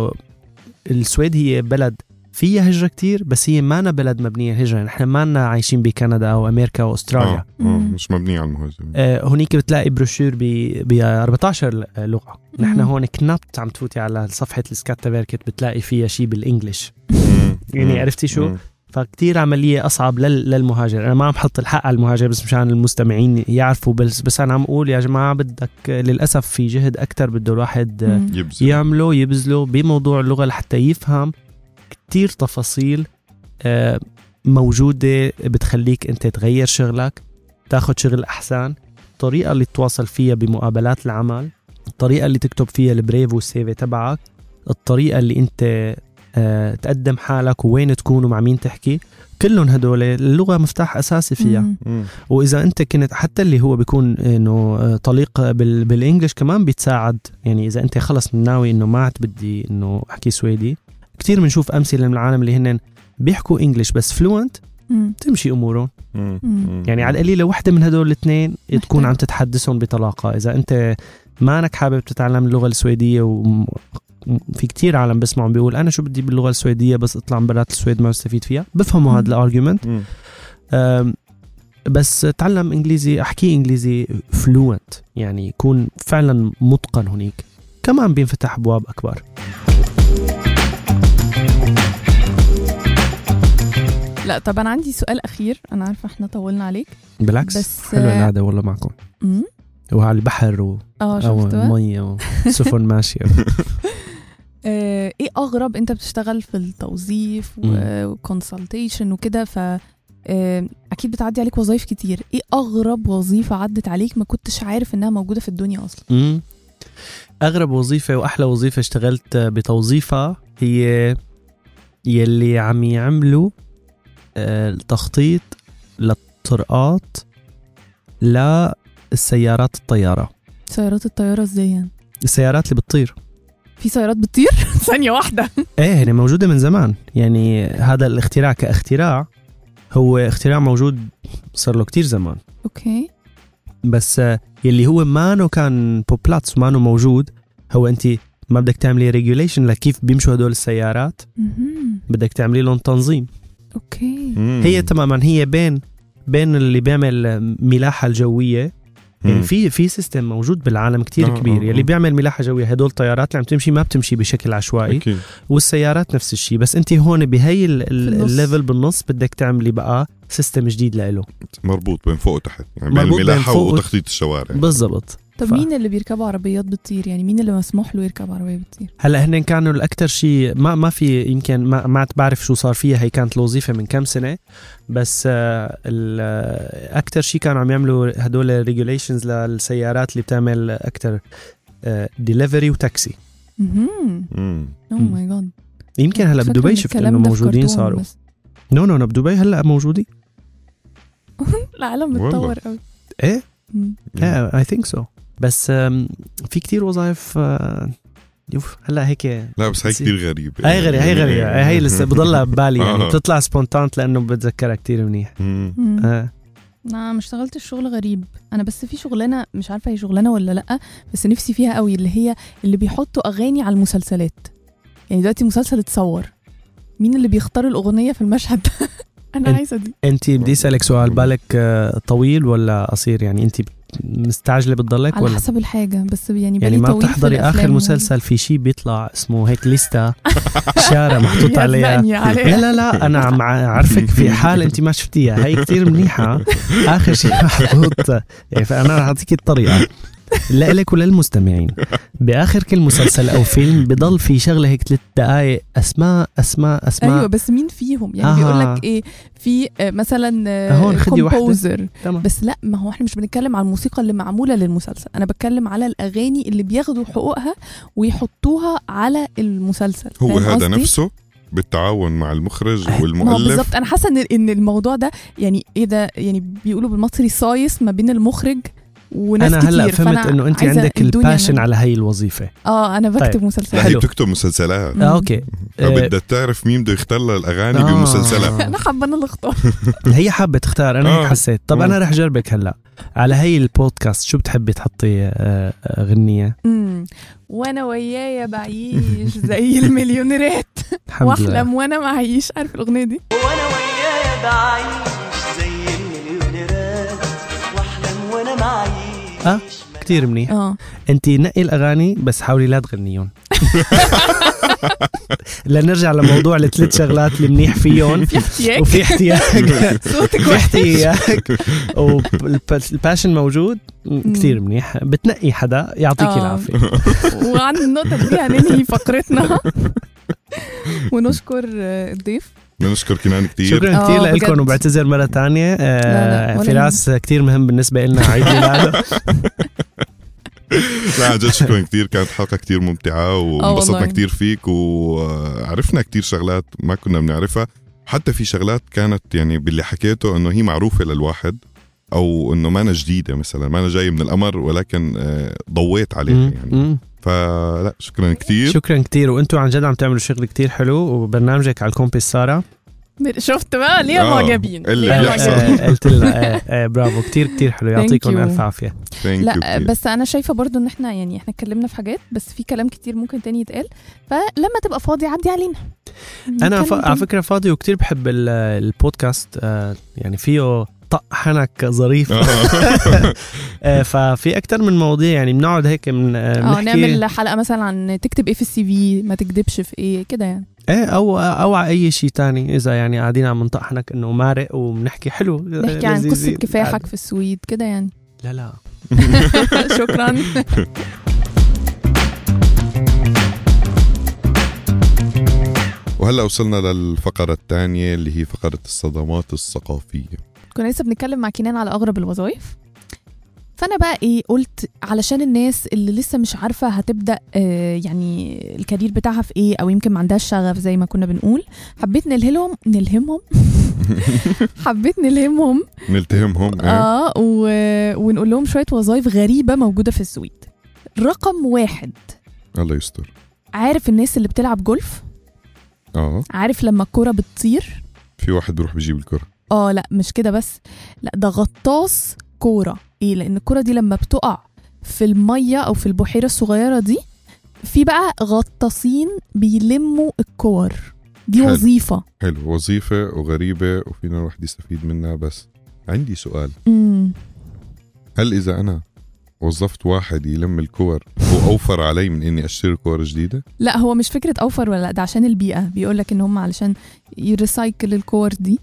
السويد هي بلد فيها هجرة كتير، بس هي مانا بلد مبنية هجرة. نحن مانا عايشين بكندا أو أمريكا وأستراليا. مش مبنية على المهاجرين. هونيك بتلاقي بروشور ب 14 لغة. نحن هون كنبت عم تفوتي على صفحة السكاتافيركت بتلاقي فيها شيء بالإنجليش. يعني عرفتي شو؟ فكتير عملية أصعب للمهاجر. أنا ما عم حط الحق على المهاجر بس مشان المستمعين يعرفوا، بس أنا عم أقول يا جماعة بدك للأسف في جهد أكتر بده الواحد يبذله بموضوع اللغة لحتى يفهم كتير تفاصيل موجودة بتخليك أنت تغير شغلك، تاخد شغل أحسن، الطريقة اللي تتواصل فيها بمقابلات العمل، الطريقة اللي تكتب فيها البريف والسيفي تبعك، الطريقة اللي أنت تقدم حالك ووين تكون ومع مين تحكي. كلهم هدول اللغة مفتاح أساسي فيها. وإذا أنت كنت حتى اللي هو بيكون إنه طليق بالإنجليش كمان بيتساعد. يعني إذا أنت خلص ناوي إنه ما عاد بدي إنه أحكي سويدي، كتير بنشوف أمثلة من العالم اللي هن بيحكوا إنجليش بس فلوينت تمشي أمورهم. يعني على القليلة واحدة من هدول الاثنين تكون عم تتحدثهم بطلاقة. إذا أنت ما أنك حابب تتعلم اللغة السويدية، وفي كتير عالم بسمعهم بيقول أنا شو بدي باللغة السويدية بس أطلع من برات السويد ما استفيد فيها، بفهموا هذا الارجيومنت. بس تعلم إنجليزي، أحكي إنجليزي فلوينت، يعني يكون فعلا متقن. هناك كمان بينفتح أبواب أكبر. لا طب أنا عندي سؤال أخير، أنا عارفة إحنا طولنا عليك. بالعكس بس حلو القعدة والله معكم. وعلى البحر ومية وسفن ماشية. ايه اغرب، انت بتشتغل في التوظيف وكونسلتيشن وكده، ف اكيد بتعدي عليك وظائف كتير. ايه اغرب وظيفة عدت عليك ما كنتش عارف انها موجودة في الدنيا اصلا؟ اغرب وظيفة واحلى وظيفة اشتغلت بتوظيفها هي يلي عم يعملوا التخطيط للطرقات السيارات الطيارة. سيارات الطيارة ازاي يعني؟ السيارات اللي بتطير. في سيارات بتطير؟ ثانية واحدة. هي موجودة من زمان. يعني هذا الاختراع كاختراع هو اختراع موجود صار له كتير زمان. اوكي. بس يلي هو مانو كان بوبلاتس مانو موجود هو انت ما بدك تعملي ريجوليشن لكيف بيمشوا هدول السيارات. بدك تعملي لهم تنظيم. اوكي. هي تماما هي بين اللي بيعمل ملاحة الجوية. يعني في سيستم موجود بالعالم كتير كبير يلي بيعمل ملاحة جوية. هدول الطيارات اللي عم تمشي ما بتمشي بشكل عشوائي. والسيارات نفس الشيء. بس انت هون بهي الليفل بالنص بدك تعملي بقى سيستم جديد له مربوط بين فوق وتحت يعني بين الملاحة وتخطيط الشوارع. بالضبط. طب مين اللي بيركبوا عربيات بتطير؟ يعني مين اللي مسموح له يركب عربية بتطير؟ هلا هن كانوا الأكتر شيء ما في يمكن ما بعرف شو صار فيها. هي كانت الوظيفة من كم سنة بس الأكتر شيء كانوا عم يعملوا هدول ريجوليشنز للسيارات اللي بتعمل أكتر ديليفري وتاكسي. ماي جاد. يمكن هلا بدبي شفت إنه موجودين صاروا. نو بدبي هلا موجودين. العالم بتطور قوي. إيه I think so. بس في كتير وظائف هلا هيك. لا بس هي كتير غريبة. هي غريبة. هي لسه بضلها ببالي يعني بتطلع سبونتانت لأنه بتذكرها كتير منيح. أنا مش اشتغلت الشغل غريب. أنا بس في شغلانة مش عارفة هي شغلانة ولا لأ بس نفسي فيها قوي اللي هي اللي بيحطوا أغاني على المسلسلات. يعني دلوقتي مسلسل اتصور مين اللي بيختار الأغنية في المشهد؟ أنا عايزة دي. أنت بدي أسألك سؤال بالك طويل ولا قصير؟ يعني أنت مستعجلة بتضلك على ولا حسب الحاجة بس يعني ما بتحضري آخر مسلسل في شيء بيطلع اسمه هيك ليستا شارة محطوط عليها. لا أنا عم عارفك في حال أنت ما شفتيها. هي كتير منيحة. آخر شيء محطوط يعني فأنا رح أعطيك الطريقة لك وللمستمعين. بآخر كل مسلسل أو فيلم بضل في شغلة هيك 3 دقايق أسماء. أيوة بس مين فيهم يعني بيقولك إيه في مثلا كومبوزر بس لا ما هو احنا مش بنتكلم على الموسيقى اللي معمولة للمسلسل. أنا بتكلم على الأغاني اللي بياخدوا حقوقها ويحطوها على المسلسل. هو هذا نفسه بالتعاون مع المخرج والمؤلف. بالضبط. أنا حاسة إن الموضوع ده يعني إيه ده يعني بيقولوا بالمصري صايص ما بين المخرج وناس أنا كتير. هلأ فهمت إنه أنت عندك الباشن على هاي الوظيفة. أنا بكتب طيب. مسلسلات. هي بتكتب مسلسلات. أوكي. بدها تعرف مين بده يختار لها الأغاني بمسلسلها. أنا حابة أنا اللي اختار. هي حابة تختار. أنا هيك حسيت. طب أنا رح جربك هلأ على هاي البودكاست. شو بتحبي تحطي غنية؟ وأنا ويايا بعيش زي المليونيرات واحلم وأنا معيش. عارف الأغنية دي؟ وأنا ويايا بعيش زي المليونيرات واحلم وأنا معيش. كتير منيح. انتي نقي الأغاني بس حاولي لا تغنيون. لنرجع لموضوع ال3 شغلات اللي منيح فيهم. وفي احتياج في احتياج والباشن موجود. كتير منيح. بتنقي حدا يعطيك العافية. وعن النقطة دي هننهي فقرتنا ونشكر الضيف. نشكر كنان كتير. شكرا كتير لكم وبعتذر مرة تانية. فراس كتير مهم بالنسبة لنا عيد ميلاده. لا جد شكرا كتير. كانت حلقة كتير ممتعة وانبسطنا كتير فيك وعرفنا كتير شغلات ما كنا بنعرفها. حتى في شغلات كانت يعني باللي حكيته انه هي معروفة للواحد او انه ما أنا جديدة مثلا ما أنا جاي من القمر ولكن ضويت عليها يعني. فلا شكرا كتير. شكرا كتير. وانتوا عن جد عم تعملوا شغل كتير حلو وبرنامجك على الكومبيس سارة شفت بقى ليه معجبين قلت لها برافو كتير حلو. يعطيكم الف عافيه. لا بس انا شايفه برضو ان احنا يعني احنا اتكلمنا في حاجات بس في كلام كتير ممكن تاني يتقال. فلما تبقى فاضي عدي علينا. انا على فكره فاضي وكتير بحب البودكاست. يعني فيه طحنك ظريف. ففي أكتر من مواضيع يعني بنقعد هيك نعمل حلقة مثلا عن تكتب ايه في السي في ما تكدبش في ايه كده يعني. او اي شيء تاني اذا يعني قاعدين عم نطحنك انه مارق وبنحكي حلو. نحكي عن قصة كفاحك في السويد كده يعني. لا شكرا. وهلأ وصلنا للفقرة الثانية اللي هي فقرة الصدمات الثقافية. كنا لسه بنتكلم مع كنان على أغرب الوظائف. فأنا بقى قلت علشان الناس اللي لسه مش عارفة هتبدأ يعني الكارير بتاعها في ايه او يمكن ما عندهاش شغف زي ما كنا بنقول. حبيت نلهمهم حبيت نلهمهم ونقول لهم شوية وظائف غريبة موجودة في السويد. رقم 1 الله يستر عارف الناس اللي بتلعب جولف؟ عارف لما الكرة بتطير في واحد بيروح بيجيب الكرة. لا مش كده بس، لا ده غطاس كرة. ايه؟ لان الكرة دي لما بتقع في المية او في البحيرة الصغيرة دي، في بقى غطاسين بيلموا الكور دي. حلو. وظيفة وظيفة وغريبة وفينا الواحد يستفيد منها. بس عندي سؤال، هل إذا أنا وظفت واحد يلم الكور هو أوفر علي من إني أشتري كور جديدة؟ لا هو مش فكرة أوفر ولا لا، ده عشان البيئة. بيقولك إن هم علشان يريسايكل الكور دي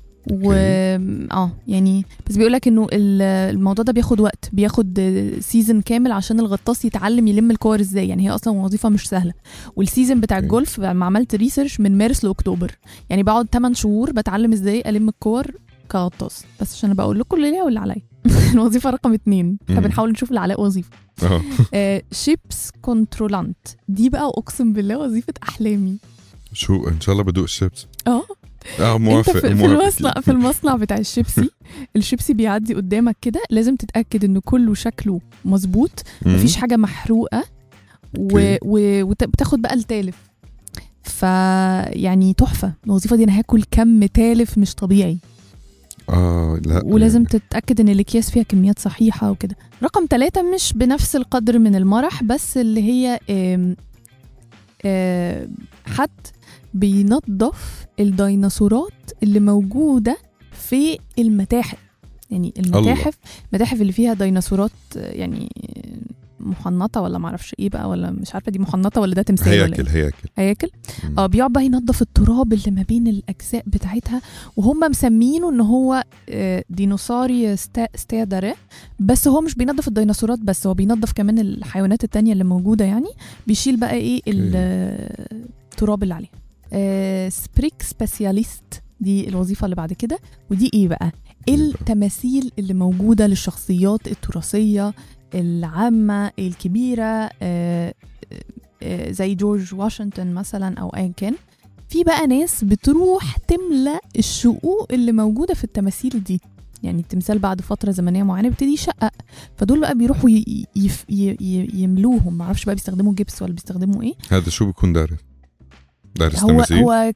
يعني بس بيقولك إنه الموضوع ده بياخد وقت، بياخد سيزن كامل عشان الغطاس يتعلم يلم الكور إزاي. يعني هي أصلا وظيفة مش سهلة. والسيزن بتاع الجولف ما عملت ريسيرش من مارس لأكتوبر، يعني بقعد 8 شهور بتعلم إزاي ألم الكور كغطاس. بس عشان بقول لكم اللي ليا واللي عليا. الوظيفة رقم 2، فبنحاول نشوف اللي عليا وظيفة. شيبس كنترولانت دي بقى أقسم بالله وظيفة أحلامي. شو إن شاء الله بدوق الشيبس. موافق. في المصنع بتاع الشيبسي بيعدي قدامك كده، لازم تتأكد إنه كله شكله مظبوط، مفيش حاجة محروقة، وبتاخد بقى التالف. يعني تحفة الوظيفة دي. أنا هاكل كم تالف مش طبيعي. لا ولازم تتأكد ان الأكياس فيها كميات صحيحة وكده. رقم 3 مش بنفس القدر من المرح، بس اللي هي حد بينظف الديناصورات اللي موجودة في المتاحف. يعني المتاحف اللي فيها ديناصورات يعني محنطة ولا معرفش ايه بقى، ولا مش عارفة دي محنطة ولا ده تمثال هياكل. بيقعد بقى ينظف التراب اللي ما بين الأجزاء بتاعتها، وهم مسمينه ان هو ديناصوري ستادرة. بس هو مش بينظف الديناصورات بس، هو بينظف كمان الحيوانات التانية اللي موجودة. يعني بيشيل بقى ايه التراب اللي عليه. سبريك سبيسياليست دي الوظيفة اللي بعد كده. ودي ايه بقى؟ التماثيل اللي موجودة للشخصيات التراثية العامة الكبيرة، زي جورج واشنطن مثلا أو أيا كان. في بقى ناس بتروح تملى الشقوق اللي موجودة في التماثيل دي. يعني التمثال بعد فترة زمنية معينة بيبتدي يشقق، فدول بقى بيروحوا يملوهم. معرفش بقى بيستخدموا جبس ولا بيستخدموا ايه. هذا شو بيكون دارس تماثيل؟ هو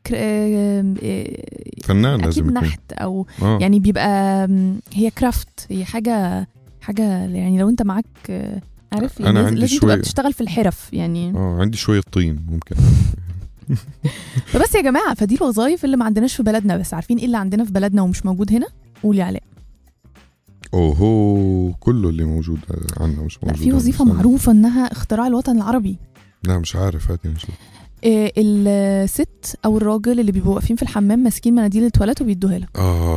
فنان لازم يكون نحت أو يعني بيبقى هي كرافت، هي حاجة يعني لو انت معاك عارف لازم تبقى بتشتغل في الحرف يعني. عندي شوية طين ممكن. فبس يا جماعة، فدي الوظائف اللي ما عندناش في بلدنا. بس عارفين ايه اللي عندنا في بلدنا ومش موجود هنا؟ قولي علاء. كله اللي موجود عندنا مش موجود. في وظيفة معروفة انها اختراع الوطن العربي. لا مش عارف، هاتي نشوف. الست او الراجل اللي بيبقوا واقفين في الحمام ماسكين مناديل التواليت وبيدوها لك.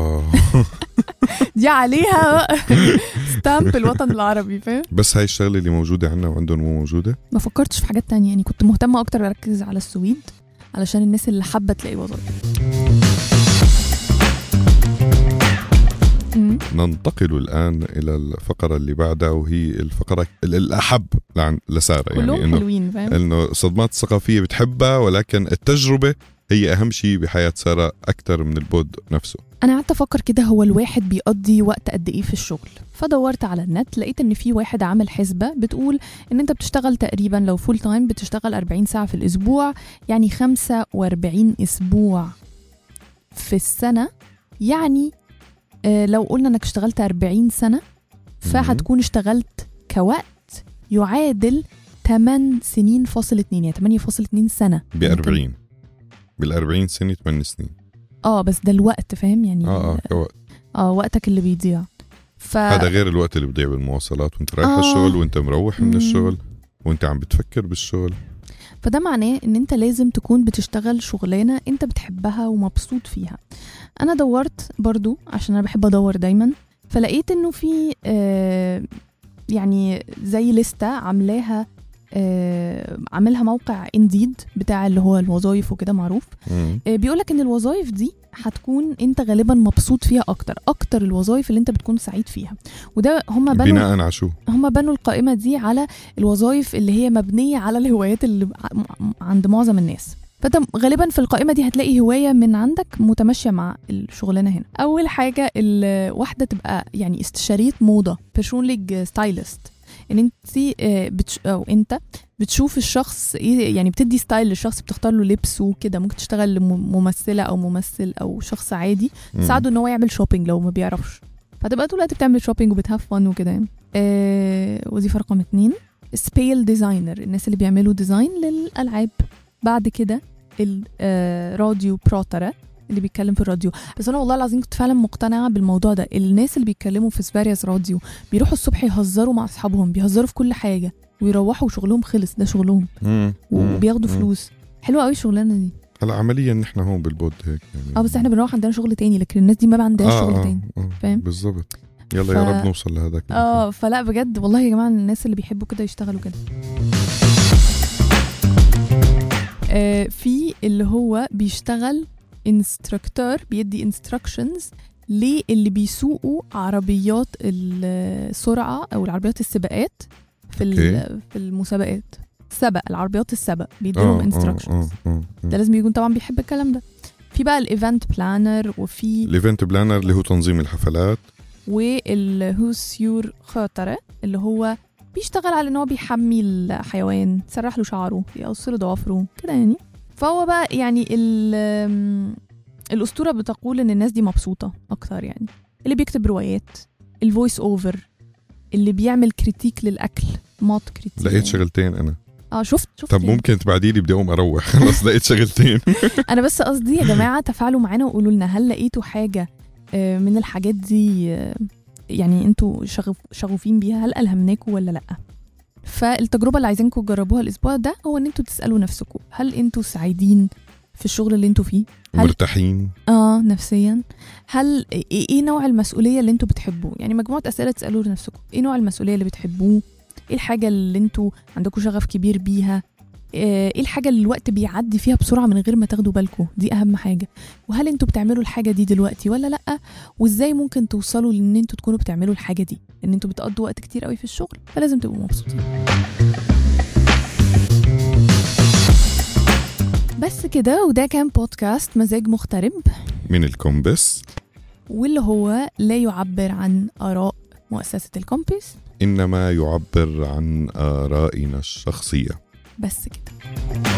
دي عليها ستامب الوطن العربي، فاهم؟ بس هاي الشغله اللي موجوده عندنا وعندهم مو موجوده. ما فكرتش في حاجات تانية، يعني كنت مهتمه اكتر اركز على السويد علشان الناس اللي حابه تلاقي وظائف. ننتقل الآن إلى الفقرة اللي بعدها، وهي الفقرة الأحب لسارة. يعني إنه الصدمات الثقافية بتحبها، ولكن التجربة هي أهم شيء بحياة سارة أكتر من البود نفسه. أنا قعدت أفكر كده، هو الواحد بيقضي وقت قد إيه في الشغل؟ فدورت على النت، لقيت إن في واحد عامل حسبة بتقول إن أنت بتشتغل تقريبا لو فول تايم بتشتغل 40 ساعة في الأسبوع، يعني 45 أسبوع في السنة. يعني لو قلنا انك اشتغلت 40 سنة فهتكون اشتغلت كوقت يعادل 8 سنين فاصل 2، يعني 8.2 سنة بال40 سنة 8 سنين. بس ده الوقت، فاهم يعني؟ كوقت. وقتك اللي بيضيع. هذا غير الوقت اللي بيضيع بالمواصلات وانت رايح الشغل وانت مروح من الشغل وانت عم بتفكر بالشغل. فده معناه ان انت لازم تكون بتشتغل شغلانة انت بتحبها ومبسوط فيها. انا دورت برضو عشان انا بحب ادور دايما، فلقيت انه في يعني زي لستة عاملها موقع انديد بتاع اللي هو الوظائف وكده معروف. بيقولك ان الوظائف دي هتكون انت غالبا مبسوط فيها اكتر الوظائف اللي انت بتكون سعيد فيها. وده هم بنوا القائمة دي على الوظائف اللي هي مبنية على الهوايات اللي عند معظم الناس. فانت غالبا في القائمة دي هتلاقي هواية من عندك متماشية مع الشغلانة هنا. اول حاجة الواحدة تبقى يعني استشارية موضة، بيرسونليج ستايلست. ان انت بتشوف الشخص ايه، يعني بتدي ستايل للشخص، بتختار له لبس وكده. ممكن تشتغل ممثله او ممثل او شخص عادي تساعده ان هو يعمل شوبينج لو ما بيعرفش، فتبقى طول الوقت بتعمل شوبينج وبتهاف فن وكده يعني. وظيفه رقم 2 سبيل ديزاينر، الناس اللي بيعملوا ديزاين للالعاب. بعد كده الراديو بروترا اللي بيتكلم في الراديو. بس انا والله العظيم كنت فعلا مقتنعه بالموضوع ده. الناس اللي بيتكلموا في سبارياس راديو بيروحوا الصبح يهزروا مع اصحابهم، بيهزروا في كل حاجه ويروحوا شغلهم خلص، ده شغلهم وبياخدوا فلوس. حلوه قوي الشغلانه دي. هلا عمليا نحن هون بالبود هيك يعني. بس احنا بنروح عندنا شغل تاني، لكن الناس دي ما عندهاش شغل تاني. فاهم بالظبط. يلا يا رب نوصل لهذاك. فلا بجد والله يا جماعه الناس اللي بيحبوا كده يشتغلوا كده. في اللي هو بيشتغل انستراكتور، بيدي انستراكشنز للي بيسوقوا عربيات السرعه او العربيات السباقات في المسابقات. العربيات السبق بيديهم انستراكشنز. ده لازم يكون طبعا بيحب الكلام ده. في بقى الايفنت بلانر، وفي الايفنت بلانر اللي هو تنظيم الحفلات، والهوسيور خاطره اللي هو بيشتغل على ان هو بيحمي الحيوان، يسرح له شعره، يقص له ضوافره كده يعني. فهو بقى يعني الاسطوره بتقول ان الناس دي مبسوطه اكتر، يعني اللي بيكتب روايات، الفويس اوفر، اللي بيعمل كريتيك للاكل، مات كريتيك. لقيت شغلتين انا. شفت طب يعني. ممكن تبعدي لي بدي اقوم اروح خلاص لقيت شغلتين. انا بس قصدي يا جماعه تفاعلوا معانا وقولوا لنا هل لقيتوا حاجه من الحاجات دي يعني انتوا شغوفين بيها، هل ألهمناكوا ولا لا. فالتجربه اللي عايزينكم تجربوها الاسبوع ده هو ان انتوا تسالوا نفسكم هل انتوا سعيدين في الشغل اللي انتوا فيه، مرتاحين نفسيا، هل ايه نوع المسؤوليه اللي انتوا بتحبوه. يعني مجموعه اسئله تسالوا لنفسكم ايه نوع المسؤوليه اللي بتحبوه، ايه الحاجه اللي انتوا عندكم شغف كبير بيها، ايه الحاجه اللي الوقت بيعدي فيها بسرعه من غير ما تاخدوا بالكم، دي اهم حاجه. وهل انتوا بتعملوا الحاجه دي دلوقتي ولا لا، وازاي ممكن توصلوا لان انتوا تكونوا بتعملوا الحاجه دي. ان انتوا بتقضوا وقت كتير قوي في الشغل، فلازم تبقوا مبسوطين. بس كده، وده كان بودكاست مزاج مغترب من الكومبس، واللي هو لا يعبر عن آراء مؤسسة الكومبس، إنما يعبر عن آرائنا الشخصية. بس كده.